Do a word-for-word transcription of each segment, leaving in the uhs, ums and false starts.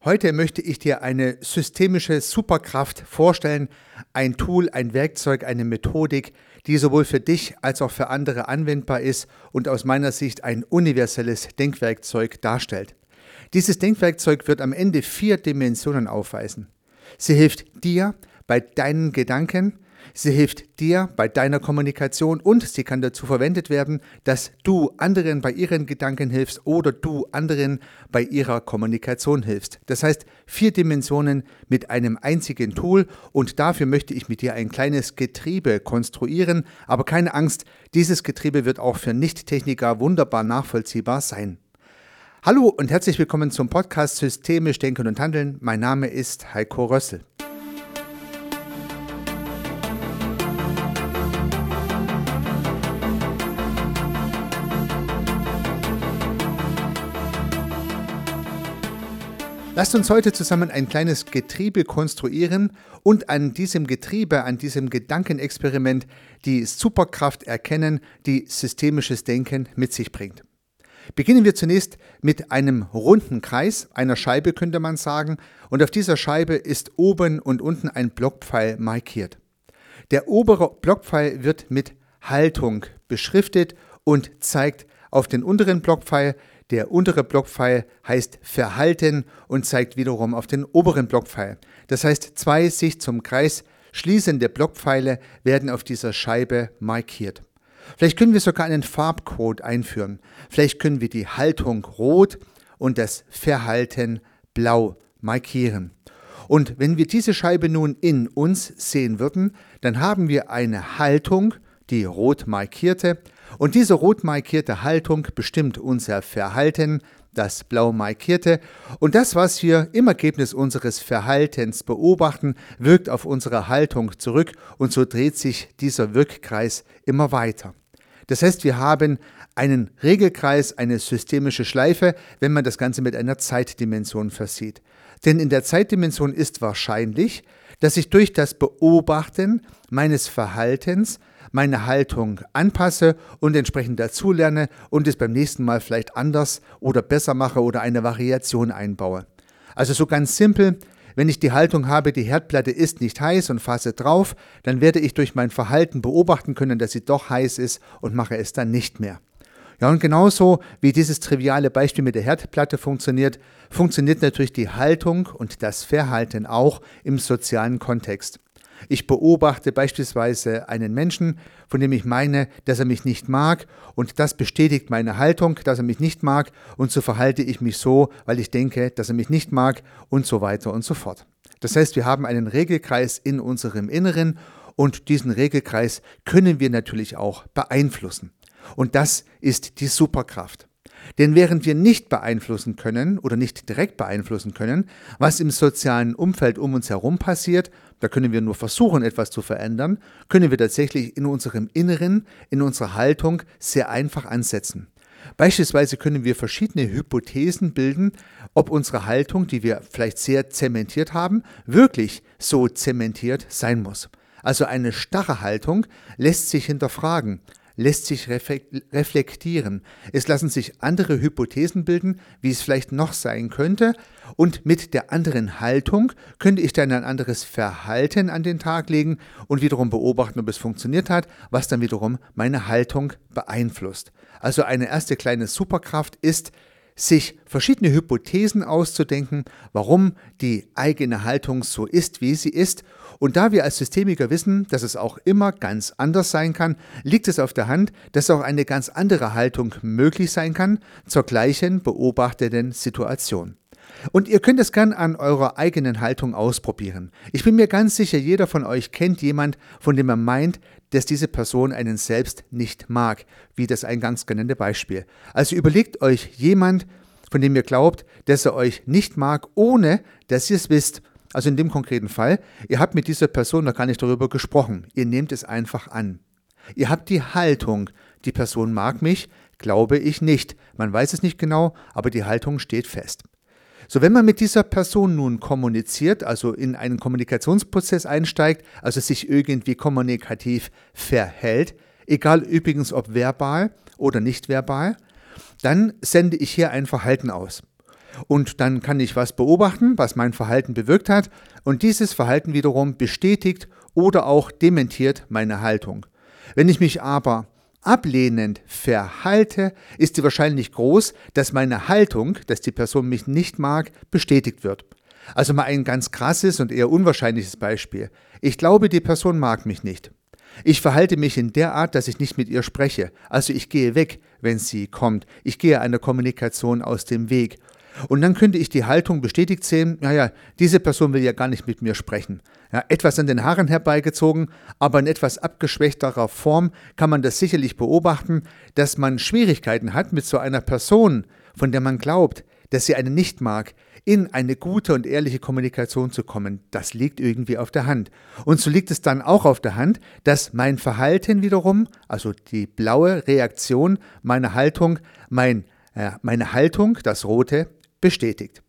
Heute möchte ich dir eine systemische Superkraft vorstellen, ein Tool, ein Werkzeug, eine Methodik, die sowohl für dich als auch für andere anwendbar ist und aus meiner Sicht ein universelles Denkwerkzeug darstellt. Dieses Denkwerkzeug wird am Ende vier Dimensionen aufweisen. Sie hilft dir bei deinen Gedanken, sie hilft dir bei deiner Kommunikation und sie kann dazu verwendet werden, dass du anderen bei ihren Gedanken hilfst oder du anderen bei ihrer Kommunikation hilfst. Das heißt, vier Dimensionen mit einem einzigen Tool und dafür möchte ich mit dir ein kleines Getriebe konstruieren, aber keine Angst, dieses Getriebe wird auch für Nicht-Techniker wunderbar nachvollziehbar sein. Hallo und herzlich willkommen zum Podcast Systemisch Denken und Handeln. Mein Name ist Heiko Rössel. Lasst uns heute zusammen ein kleines Getriebe konstruieren und an diesem Getriebe, an diesem Gedankenexperiment die Superkraft erkennen, die systemisches Denken mit sich bringt. Beginnen wir zunächst mit einem runden Kreis, einer Scheibe könnte man sagen, und auf dieser Scheibe ist oben und unten ein Blockpfeil markiert. Der obere Blockpfeil wird mit Haltung beschriftet und zeigt auf den unteren Blockpfeil. Der untere Blockpfeil heißt Verhalten und zeigt wiederum auf den oberen Blockpfeil. Das heißt, zwei sich zum Kreis schließende Blockpfeile werden auf dieser Scheibe markiert. Vielleicht können wir sogar einen Farbcode einführen. Vielleicht können wir die Haltung rot und das Verhalten blau markieren. Und wenn wir diese Scheibe nun in uns sehen würden, dann haben wir eine Haltung, die rot markierte, und diese rot markierte Haltung bestimmt unser Verhalten, das blau markierte, und das, was wir im Ergebnis unseres Verhaltens beobachten, wirkt auf unsere Haltung zurück und so dreht sich dieser Wirkkreis immer weiter. Das heißt, wir haben einen Regelkreis, eine systemische Schleife, wenn man das Ganze mit einer Zeitdimension versieht. Denn in der Zeitdimension ist wahrscheinlich, dass ich durch das Beobachten meines Verhaltens meine Haltung anpasse und entsprechend dazulerne und es beim nächsten Mal vielleicht anders oder besser mache oder eine Variation einbaue. Also so ganz simpel, wenn ich die Haltung habe, die Herdplatte ist nicht heiß und fasse drauf, dann werde ich durch mein Verhalten beobachten können, dass sie doch heiß ist und mache es dann nicht mehr. Ja, und genauso wie dieses triviale Beispiel mit der Herdplatte funktioniert, funktioniert natürlich die Haltung und das Verhalten auch im sozialen Kontext. Ich beobachte beispielsweise einen Menschen, von dem ich meine, dass er mich nicht mag und das bestätigt meine Haltung, dass er mich nicht mag und so verhalte ich mich so, weil ich denke, dass er mich nicht mag und so weiter und so fort. Das heißt, wir haben einen Regelkreis in unserem Inneren und diesen Regelkreis können wir natürlich auch beeinflussen. Und das ist die Superkraft. Denn während wir nicht beeinflussen können oder nicht direkt beeinflussen können, was im sozialen Umfeld um uns herum passiert, da können wir nur versuchen, etwas zu verändern, können wir tatsächlich in unserem Inneren, in unserer Haltung sehr einfach ansetzen. Beispielsweise können wir verschiedene Hypothesen bilden, ob unsere Haltung, die wir vielleicht sehr zementiert haben, wirklich so zementiert sein muss. Also eine starre Haltung lässt sich hinterfragen, lässt sich reflektieren. Es lassen sich andere Hypothesen bilden, wie es vielleicht noch sein könnte. Und mit der anderen Haltung könnte ich dann ein anderes Verhalten an den Tag legen und wiederum beobachten, ob es funktioniert hat, was dann wiederum meine Haltung beeinflusst. Also eine erste kleine Superkraft ist, sich verschiedene Hypothesen auszudenken, warum die eigene Haltung so ist, wie sie ist. Und da wir als Systemiker wissen, dass es auch immer ganz anders sein kann, liegt es auf der Hand, dass auch eine ganz andere Haltung möglich sein kann zur gleichen beobachteten Situation. Und ihr könnt es gern an eurer eigenen Haltung ausprobieren. Ich bin mir ganz sicher, jeder von euch kennt jemand, von dem er meint, dass diese Person einen selbst nicht mag, wie das eingangs genannte Beispiel. Also überlegt euch jemand, von dem ihr glaubt, dass er euch nicht mag, ohne dass ihr es wisst. Also in dem konkreten Fall, ihr habt mit dieser Person noch gar nicht darüber gesprochen. Ihr nehmt es einfach an. Ihr habt die Haltung, die Person mag mich, glaube ich nicht. Man weiß es nicht genau, aber die Haltung steht fest. So, wenn man mit dieser Person nun kommuniziert, also in einen Kommunikationsprozess einsteigt, also sich irgendwie kommunikativ verhält, egal übrigens ob verbal oder nicht verbal, dann sende ich hier ein Verhalten aus. Und dann kann ich was beobachten, was mein Verhalten bewirkt hat. Und dieses Verhalten wiederum bestätigt oder auch dementiert meine Haltung. Wenn ich mich aber ablehnend verhalte, ist die Wahrscheinlichkeit groß, dass meine Haltung, dass die Person mich nicht mag, bestätigt wird. Also mal ein ganz krasses und eher unwahrscheinliches Beispiel. Ich glaube, die Person mag mich nicht. Ich verhalte mich in der Art, dass ich nicht mit ihr spreche. Also ich gehe weg, wenn sie kommt. Ich gehe einer Kommunikation aus dem Weg. Und dann könnte ich die Haltung bestätigt sehen, naja, diese Person will ja gar nicht mit mir sprechen. Ja, etwas an den Haaren herbeigezogen, aber in etwas abgeschwächterer Form kann man das sicherlich beobachten, dass man Schwierigkeiten hat, mit so einer Person, von der man glaubt, dass sie einen nicht mag, in eine gute und ehrliche Kommunikation zu kommen. Das liegt irgendwie auf der Hand. Und so liegt es dann auch auf der Hand, dass mein Verhalten wiederum, also die blaue Reaktion meiner Haltung, mein, äh, meine Haltung, das rote, bestätigt.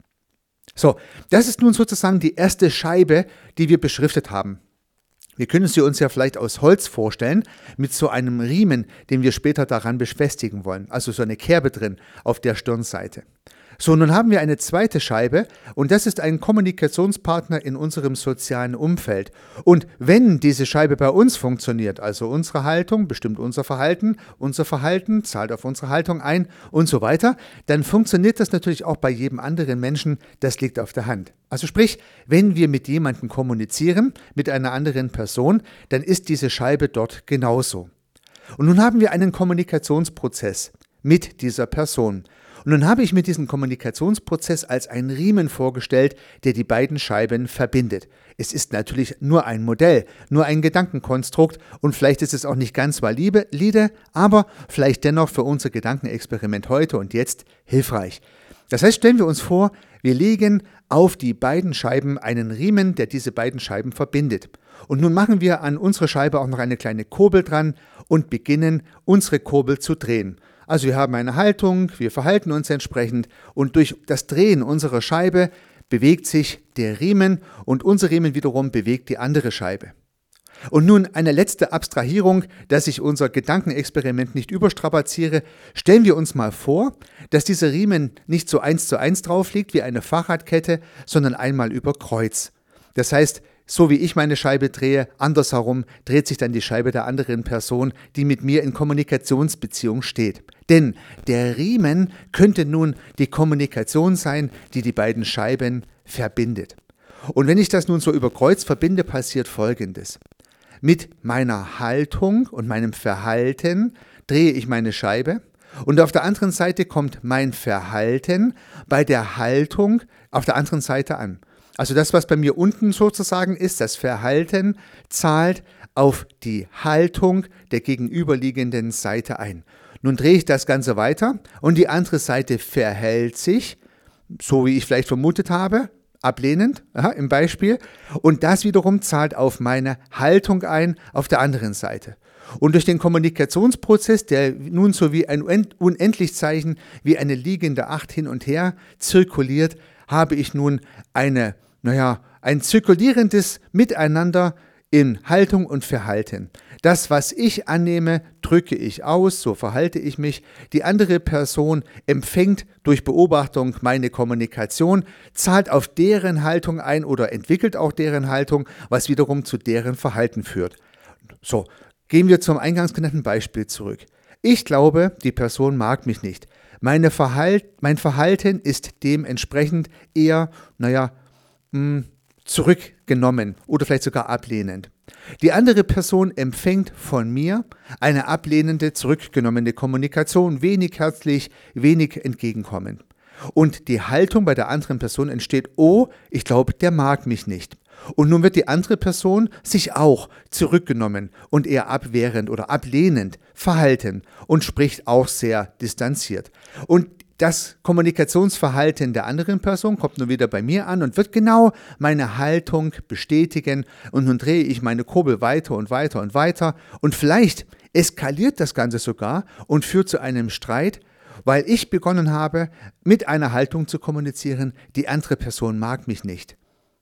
So, das ist nun sozusagen die erste Scheibe, die wir beschriftet haben. Wir können sie uns ja vielleicht aus Holz vorstellen, mit so einem Riemen, den wir später daran befestigen wollen, also so eine Kerbe drin auf der Stirnseite. So, nun haben wir eine zweite Scheibe und das ist ein Kommunikationspartner in unserem sozialen Umfeld. Und wenn diese Scheibe bei uns funktioniert, also unsere Haltung bestimmt unser Verhalten, unser Verhalten zahlt auf unsere Haltung ein und so weiter, dann funktioniert das natürlich auch bei jedem anderen Menschen, das liegt auf der Hand. Also sprich, wenn wir mit jemandem kommunizieren, mit einer anderen Person, dann ist diese Scheibe dort genauso. Und nun haben wir einen Kommunikationsprozess mit dieser Person. Und nun habe ich mir diesen Kommunikationsprozess als einen Riemen vorgestellt, der die beiden Scheiben verbindet. Es ist natürlich nur ein Modell, nur ein Gedankenkonstrukt und vielleicht ist es auch nicht ganz valide, aber vielleicht dennoch für unser Gedankenexperiment heute und jetzt hilfreich. Das heißt, stellen wir uns vor, wir legen auf die beiden Scheiben einen Riemen, der diese beiden Scheiben verbindet. Und nun machen wir an unsere Scheibe auch noch eine kleine Kurbel dran und beginnen, unsere Kurbel zu drehen. Also wir haben eine Haltung, wir verhalten uns entsprechend und durch das Drehen unserer Scheibe bewegt sich der Riemen und unser Riemen wiederum bewegt die andere Scheibe. Und nun eine letzte Abstrahierung, dass ich unser Gedankenexperiment nicht überstrapaziere. Stellen wir uns mal vor, dass dieser Riemen nicht so eins zu eins drauf liegt wie eine Fahrradkette, sondern einmal über Kreuz. Das heißt, so wie ich meine Scheibe drehe, andersherum dreht sich dann die Scheibe der anderen Person, die mit mir in Kommunikationsbeziehung steht. Denn der Riemen könnte nun die Kommunikation sein, die die beiden Scheiben verbindet. Und wenn ich das nun so über Kreuz verbinde, passiert Folgendes. Mit meiner Haltung und meinem Verhalten drehe ich meine Scheibe und auf der anderen Seite kommt mein Verhalten bei der Haltung auf der anderen Seite an. Also das, was bei mir unten sozusagen ist, das Verhalten, zahlt auf die Haltung der gegenüberliegenden Seite ein. Nun drehe ich das Ganze weiter und die andere Seite verhält sich, so wie ich vielleicht vermutet habe, ablehnend, aha, im Beispiel. Und das wiederum zahlt auf meine Haltung ein auf der anderen Seite. Und durch den Kommunikationsprozess, der nun so wie ein Unendlichzeichen, wie eine liegende Acht hin und her zirkuliert, habe ich nun eine, naja, ein zirkulierendes Miteinander in Haltung und Verhalten. Das, was ich annehme, drücke ich aus, so verhalte ich mich. Die andere Person empfängt durch Beobachtung meine Kommunikation, zahlt auf deren Haltung ein oder entwickelt auch deren Haltung, was wiederum zu deren Verhalten führt. So, gehen wir zum eingangs genannten Beispiel zurück. Ich glaube, die Person mag mich nicht. Meine Verhalt, mein Verhalten ist dementsprechend eher, naja, mh, zurückgenommen oder vielleicht sogar ablehnend. Die andere Person empfängt von mir eine ablehnende, zurückgenommene Kommunikation, wenig herzlich, wenig entgegenkommend. Und die Haltung bei der anderen Person entsteht, oh, ich glaube, der mag mich nicht. Und nun wird die andere Person sich auch zurückgenommen und eher abwehrend oder ablehnend verhalten und spricht auch sehr distanziert. Und das Kommunikationsverhalten der anderen Person kommt nun wieder bei mir an und wird genau meine Haltung bestätigen und nun drehe ich meine Kurbel weiter und weiter und weiter und vielleicht eskaliert das Ganze sogar und führt zu einem Streit, weil ich begonnen habe, mit einer Haltung zu kommunizieren, die andere Person mag mich nicht.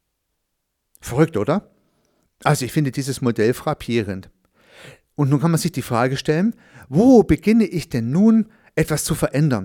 Verrückt, oder? Also ich finde dieses Modell frappierend. Und nun kann man sich die Frage stellen, wo beginne ich denn nun etwas zu verändern?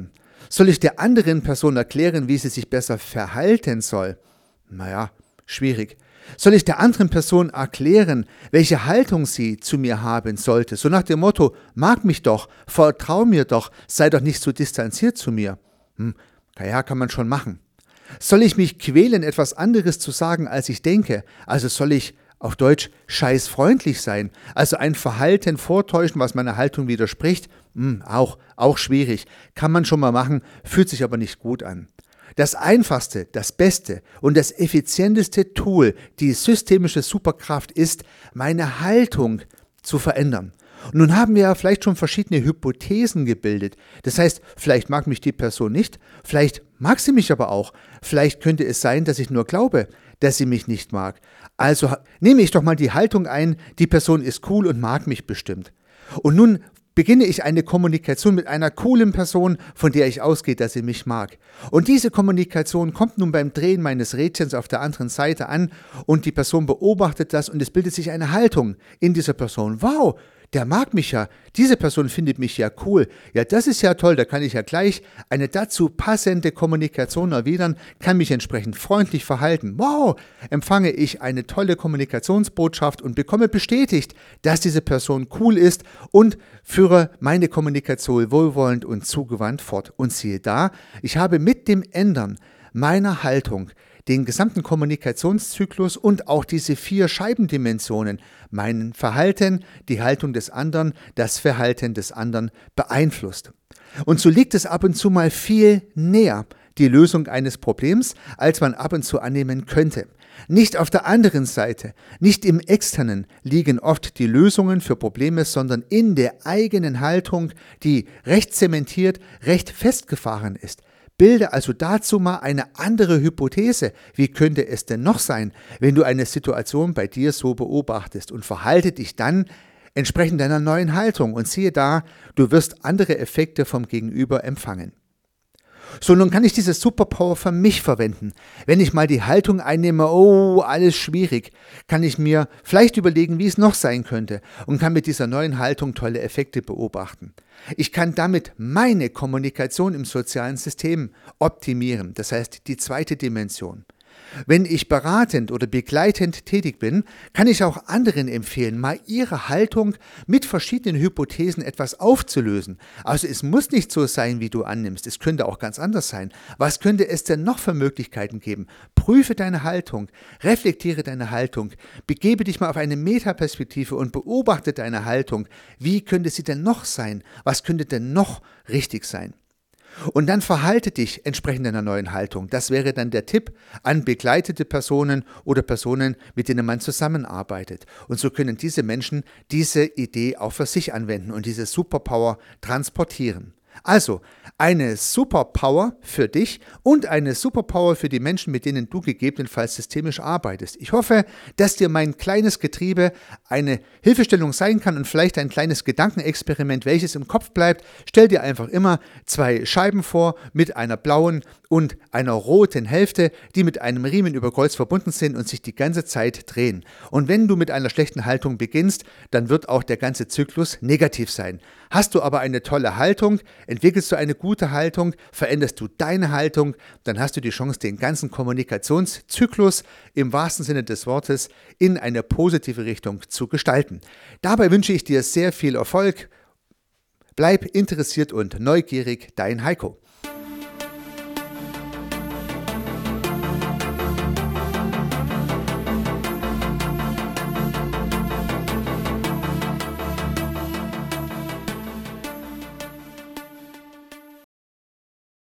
Soll ich der anderen Person erklären, wie sie sich besser verhalten soll? Naja, schwierig. Soll ich der anderen Person erklären, welche Haltung sie zu mir haben sollte? So nach dem Motto, mag mich doch, vertrau mir doch, sei doch nicht so distanziert zu mir. Hm, naja, kann man schon machen. Soll ich mich quälen, etwas anderes zu sagen, als ich denke? Also soll ich auf Deutsch scheißfreundlich sein, also ein Verhalten vortäuschen, was meiner Haltung widerspricht? Hm, auch, auch schwierig. Kann man schon mal machen, fühlt sich aber nicht gut an. Das einfachste, das beste und das effizienteste Tool, die systemische Superkraft ist, meine Haltung zu verändern. Und nun haben wir ja vielleicht schon verschiedene Hypothesen gebildet. Das heißt, vielleicht mag mich die Person nicht, vielleicht mag sie mich aber auch. Vielleicht könnte es sein, dass ich nur glaube, dass sie mich nicht mag. Also nehme ich doch mal die Haltung ein, die Person ist cool und mag mich bestimmt. Und nun beginne ich eine Kommunikation mit einer coolen Person, von der ich ausgehe, dass sie mich mag. Und diese Kommunikation kommt nun beim Drehen meines Rädchens auf der anderen Seite an und die Person beobachtet das und es bildet sich eine Haltung in dieser Person. Wow, der mag mich ja, diese Person findet mich ja cool. Ja, das ist ja toll, da kann ich ja gleich eine dazu passende Kommunikation erwidern, kann mich entsprechend freundlich verhalten. Wow, empfange ich eine tolle Kommunikationsbotschaft und bekomme bestätigt, dass diese Person cool ist und führe meine Kommunikation wohlwollend und zugewandt fort. Und siehe da, ich habe mit dem Ändern meiner Haltung den gesamten Kommunikationszyklus und auch diese vier Scheibendimensionen, mein Verhalten, die Haltung des anderen, das Verhalten des anderen beeinflusst. Und so liegt es ab und zu mal viel näher, die Lösung eines Problems, als man ab und zu annehmen könnte. Nicht auf der anderen Seite, nicht im Externen liegen oft die Lösungen für Probleme, sondern in der eigenen Haltung, die recht zementiert, recht festgefahren ist. Bilde also dazu mal eine andere Hypothese. Wie könnte es denn noch sein, wenn du eine Situation bei dir so beobachtest und verhalte dich dann entsprechend deiner neuen Haltung und siehe da, du wirst andere Effekte vom Gegenüber empfangen. So, nun kann ich diese Superpower für mich verwenden. Wenn ich mal die Haltung einnehme, oh, alles schwierig, kann ich mir vielleicht überlegen, wie es noch sein könnte und kann mit dieser neuen Haltung tolle Effekte beobachten. Ich kann damit meine Kommunikation im sozialen System optimieren, das heißt die zweite Dimension. Wenn ich beratend oder begleitend tätig bin, kann ich auch anderen empfehlen, mal ihre Haltung mit verschiedenen Hypothesen etwas aufzulösen. Also es muss nicht so sein, wie du annimmst, es könnte auch ganz anders sein. Was könnte es denn noch für Möglichkeiten geben? Prüfe deine Haltung, reflektiere deine Haltung, begebe dich mal auf eine Metaperspektive und beobachte deine Haltung. Wie könnte sie denn noch sein? Was könnte denn noch richtig sein? Und dann verhalte dich entsprechend deiner neuen Haltung. Das wäre dann der Tipp an begleitete Personen oder Personen, mit denen man zusammenarbeitet. Und so können diese Menschen diese Idee auch für sich anwenden und diese Superpower transportieren. Also eine Superpower für dich und eine Superpower für die Menschen, mit denen du gegebenenfalls systemisch arbeitest. Ich hoffe, dass dir mein kleines Getriebe eine Hilfestellung sein kann und vielleicht ein kleines Gedankenexperiment, welches im Kopf bleibt. Stell dir einfach immer zwei Scheiben vor mit einer blauen und einer roten Hälfte, die mit einem Riemen über Kreuz verbunden sind und sich die ganze Zeit drehen. Und wenn du mit einer schlechten Haltung beginnst, dann wird auch der ganze Zyklus negativ sein. Hast du aber eine tolle Haltung, entwickelst du eine gute Haltung, veränderst du deine Haltung, dann hast du die Chance, den ganzen Kommunikationszyklus im wahrsten Sinne des Wortes in eine positive Richtung zu gestalten. Dabei wünsche ich dir sehr viel Erfolg. Bleib interessiert und neugierig, dein Heiko.